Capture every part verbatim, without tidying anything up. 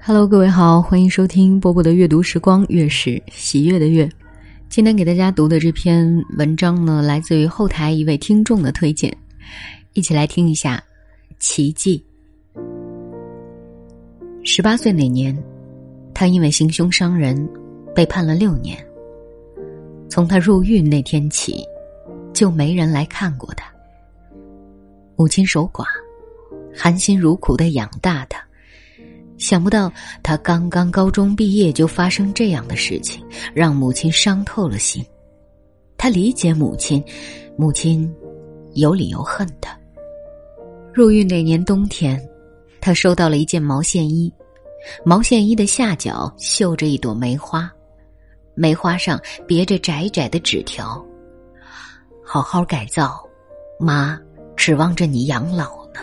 Hello， 各位好，欢迎收听波波的阅读时光，月是喜悦的月。今天给大家读的这篇文章呢，来自于后台一位听众的推荐，一起来听一下奇迹。十八岁那年，他因为行凶伤人被判了六年。从他入狱那天起，就没人来看过他。母亲守寡，含辛茹苦地养大他，想不到他刚刚高中毕业就发生这样的事情，让母亲伤透了心。他理解母亲，母亲有理由恨他。入狱那年冬天，他收到了一件毛线衣，毛线衣的下角绣着一朵梅花，梅花上别着窄窄的纸条：好好改造，妈指望着你养老呢。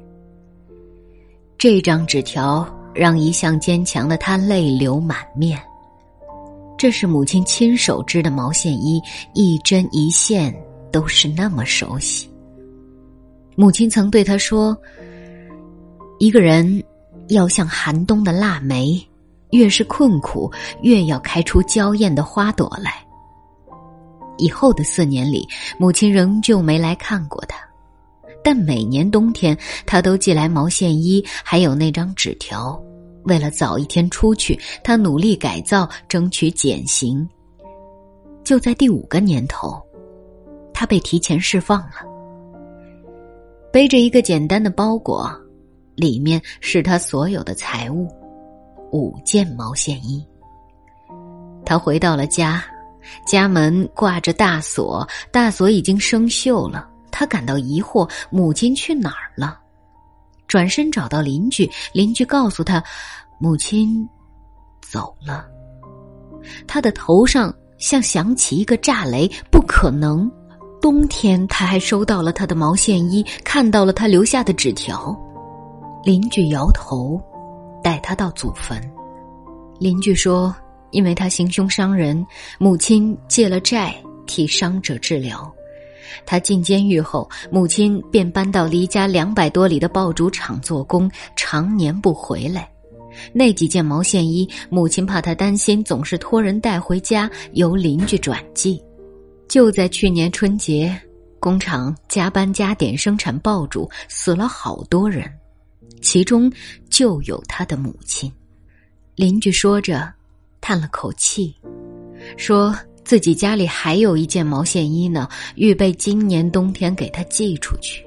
这张纸条让一向坚强的他泪流满面。这是母亲亲手织的毛线衣，一针一线都是那么熟悉。母亲曾对他说，一个人要像寒冬的腊梅，越是困苦，越要开出娇艳的花朵来。以后的四年里，母亲仍旧没来看过他，但每年冬天他都寄来毛线衣，还有那张纸条。为了早一天出去，他努力改造，争取减刑。就在第五个年头，他被提前释放了，背着一个简单的包裹，里面是他所有的财物，五件毛线衣。他回到了家，家门挂着大锁，大锁已经生锈了。他感到疑惑，母亲去哪儿了？转身找到邻居，邻居告诉他，母亲走了。他的头上像响起一个炸雷，不可能！冬天他还收到了他的毛线衣，看到了他留下的纸条。邻居摇头，带他到祖坟。邻居说，因为他行凶伤人，母亲借了债替伤者治疗。他进监狱后，母亲便搬到离家两百多里的爆竹厂做工，常年不回来。那几件毛线衣，母亲怕他担心，总是托人带回家，由邻居转寄。就在去年春节，工厂加班加点生产爆竹，死了好多人，其中就有他的母亲。邻居说着，叹了口气，说自己家里还有一件毛线衣呢，预备今年冬天给他寄出去。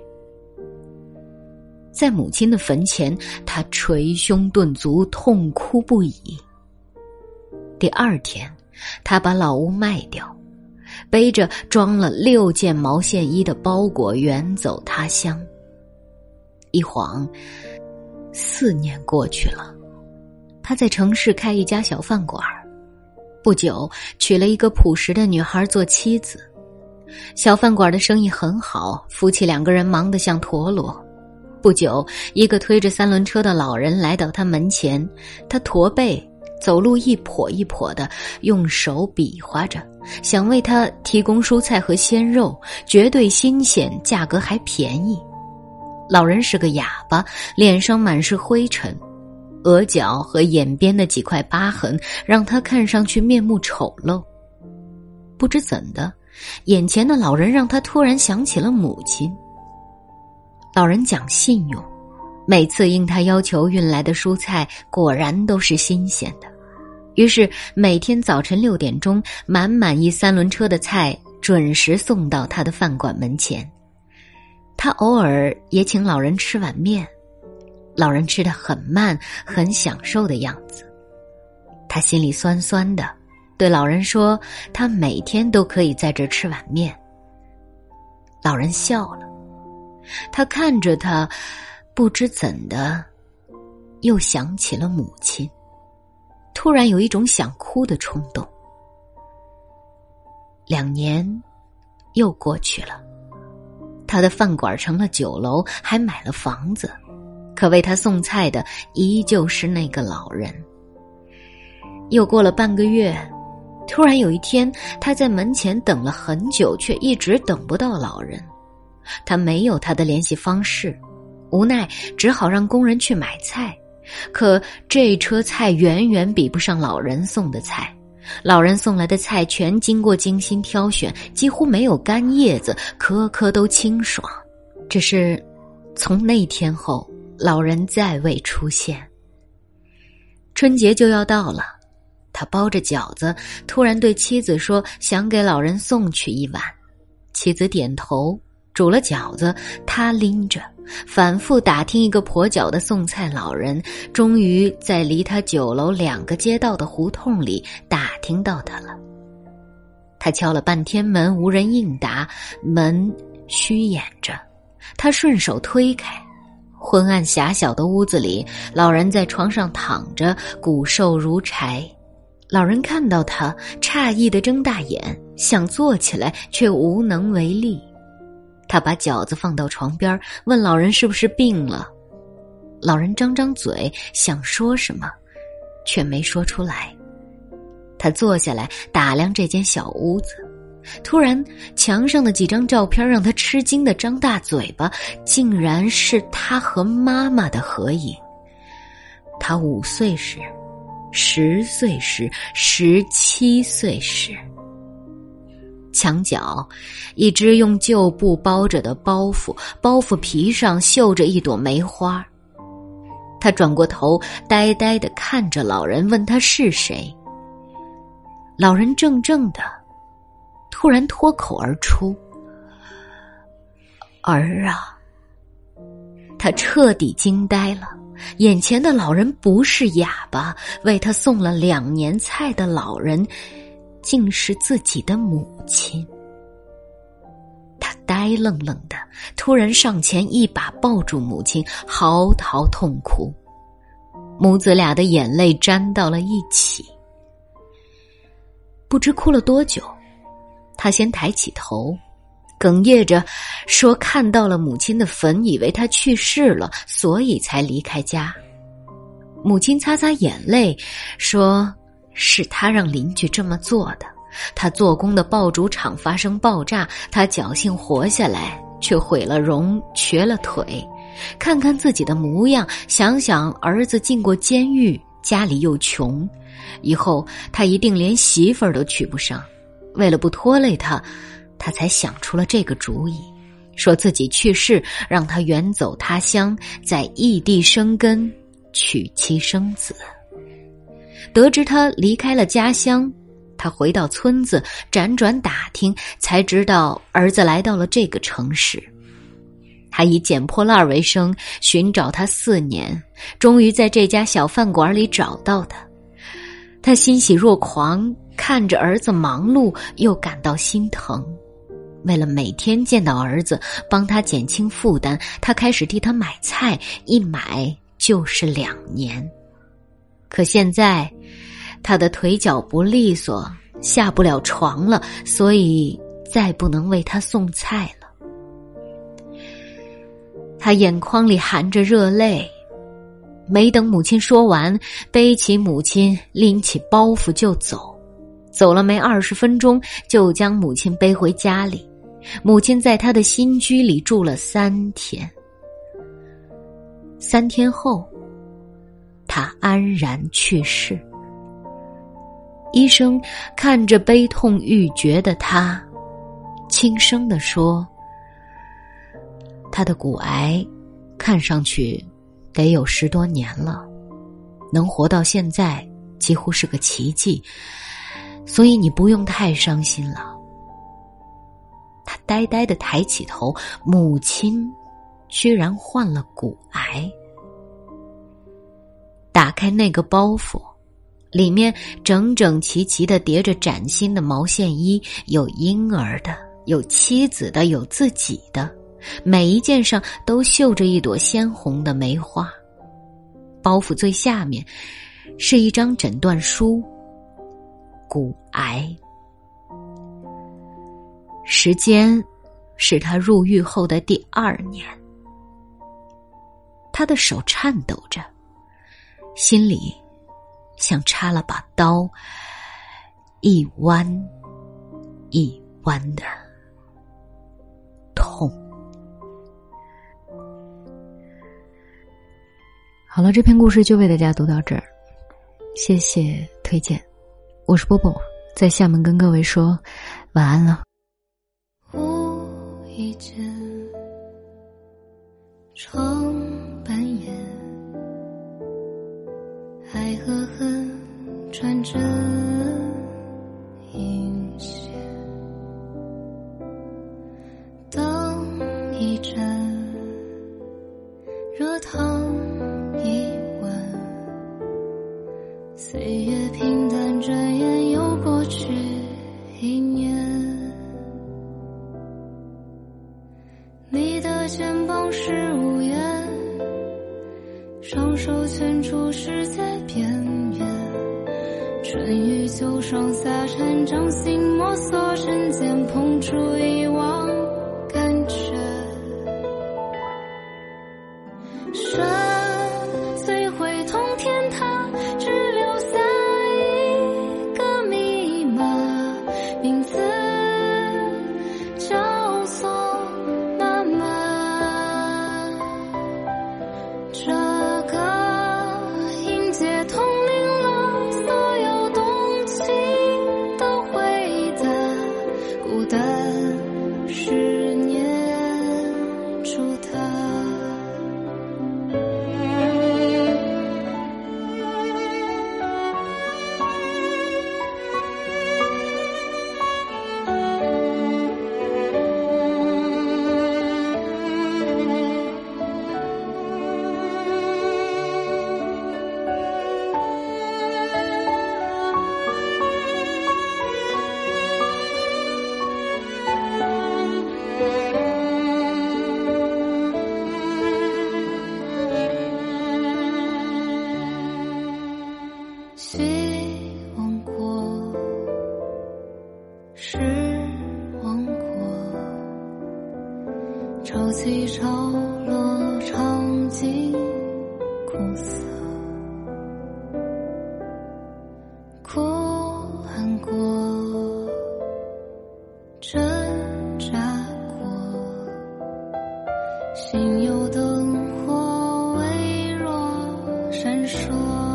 在母亲的坟前，他捶胸顿足，痛哭不已。第二天，他把老屋卖掉，背着装了六件毛线衣的包裹远走他乡。一晃，四年过去了，他在城市开一家小饭馆，不久娶了一个朴实的女孩做妻子。小饭馆的生意很好，夫妻两个人忙得像陀螺。不久，一个推着三轮车的老人来到他门前，他驼背，走路一跛一跛的，用手比划着，想为他提供蔬菜和鲜肉，绝对新鲜，价格还便宜。老人是个哑巴，脸上满是灰尘，额角和眼边的几块疤痕让他看上去面目丑陋。不知怎的，眼前的老人让他突然想起了母亲。老人讲信用，每次应他要求运来的蔬菜果然都是新鲜的，于是每天早晨六点钟，满满一三轮车的菜准时送到他的饭馆门前。他偶尔也请老人吃碗面，老人吃得很慢，很享受的样子。他心里酸酸的，对老人说，他每天都可以在这儿吃碗面。老人笑了，他看着他，不知怎的，又想起了母亲，突然有一种想哭的冲动。两年又过去了，他的饭馆成了酒楼，还买了房子，可为他送菜的依旧是那个老人。又过了半个月，突然有一天，他在门前等了很久，却一直等不到老人。他没有他的联系方式，无奈只好让工人去买菜， 可这车菜远远比不上老人送的菜。老人送来的菜全经过精心挑选，几乎没有干叶子，颗颗都清爽。只是从那天后，老人再未出现。春节就要到了，他包着饺子，突然对妻子说想给老人送去一碗。妻子点头，煮了饺子，他拎着反复打听一个跛脚的送菜老人，终于在离他酒楼两个街道的胡同里打听到他了。他敲了半天门，无人应答，门虚掩着，他顺手推开。昏暗狭小的屋子里，老人在床上躺着，骨瘦如柴。老人看到他，诧异地睁大眼，想坐起来，却无能为力。他把饺子放到床边，问老人是不是病了。老人张张嘴，想说什么，却没说出来。他坐下来打量这间小屋子，突然墙上的几张照片让他吃惊地张大嘴巴，竟然是他和妈妈的合影。他五岁时，十岁时，十七岁时。墙角一只用旧布包着的包袱，包袱皮上绣着一朵梅花。他转过头，呆呆地看着老人，问他是谁。老人怔怔的，突然脱口而出：儿啊！他彻底惊呆了，眼前的老人不是哑巴，为他送了两年菜的老人竟是自己的母亲。他呆愣愣的，突然上前一把抱住母亲，嚎啕痛哭。母子俩的眼泪沾到了一起。不知哭了多久，他先抬起头，哽咽着说看到了母亲的坟，以为她去世了，所以才离开家。母亲擦擦眼泪，说是他让邻居这么做的。他做工的爆竹厂发生爆炸，他侥幸活下来，却毁了容，瘸了腿。看看自己的模样，想想儿子进过监狱，家里又穷，以后他一定连媳妇儿都娶不上。为了不拖累他，他才想出了这个主意，说自己去世，让他远走他乡，在异地生根，娶妻生子。得知他离开了家乡，他回到村子，辗转打听，才知道儿子来到了这个城市。他以捡破烂为生，寻找他四年，终于在这家小饭馆里找到他。他欣喜若狂，看着儿子忙碌，又感到心疼。为了每天见到儿子，帮他减轻负担，他开始替他买菜，一买就是两年。可现在他的腿脚不利索，下不了床了，所以再不能为他送菜了。他眼眶里含着热泪，没等母亲说完，背起母亲，拎起包袱就走。走了没二十分钟，就将母亲背回家里。母亲在他的新居里住了三天。三天后，他安然去世。医生看着悲痛欲绝的他，轻声地说：他的骨癌看上去得有十多年了，能活到现在几乎是个奇迹，所以你不用太伤心了。他呆呆地抬起头，母亲居然患了骨癌。打开那个包袱，里面整整齐齐地叠着崭新的毛线衣，有婴儿的，有妻子的，有自己的，每一件上都绣着一朵鲜红的梅花。包袱最下面是一张诊断书：骨癌。时间是他入狱后的第二年。他的手颤抖着，心里像插了把刀，一弯一弯的痛。 好了，这篇故事就为大家读到这儿，谢谢推荐。我是波波，在厦门跟各位说晚安了。 无意间窗半掩，爱和恨传真引线，灯一盏，热汤一碗，岁月平淡，转眼又过去一年。你的肩膀是屋檐，双手圈出世界边缘，春雨秋霜洒禅，掌心摸索针尖，碰出一汪甘泉。山摧毁通天塔，只留下一个密码，名字叫做妈妈。这个音节统领了所有动情的回答，孤单是念出它。希望过，失望过，潮起潮落，尝尽苦涩，哭喊过，挣扎过，心有灯火微弱闪烁。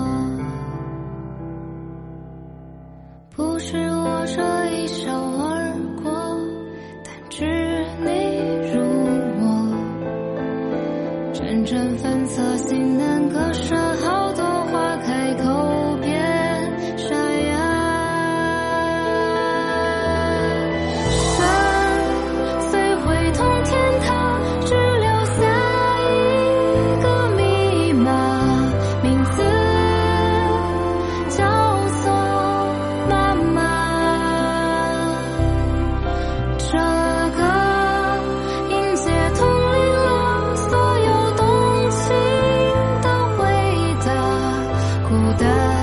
不是我这一笑而过，但知你如我，辗转反侧，心难割舍，好多花开口边沙哑。山摧毁通天塔，只留下一个密码，名字叫孤单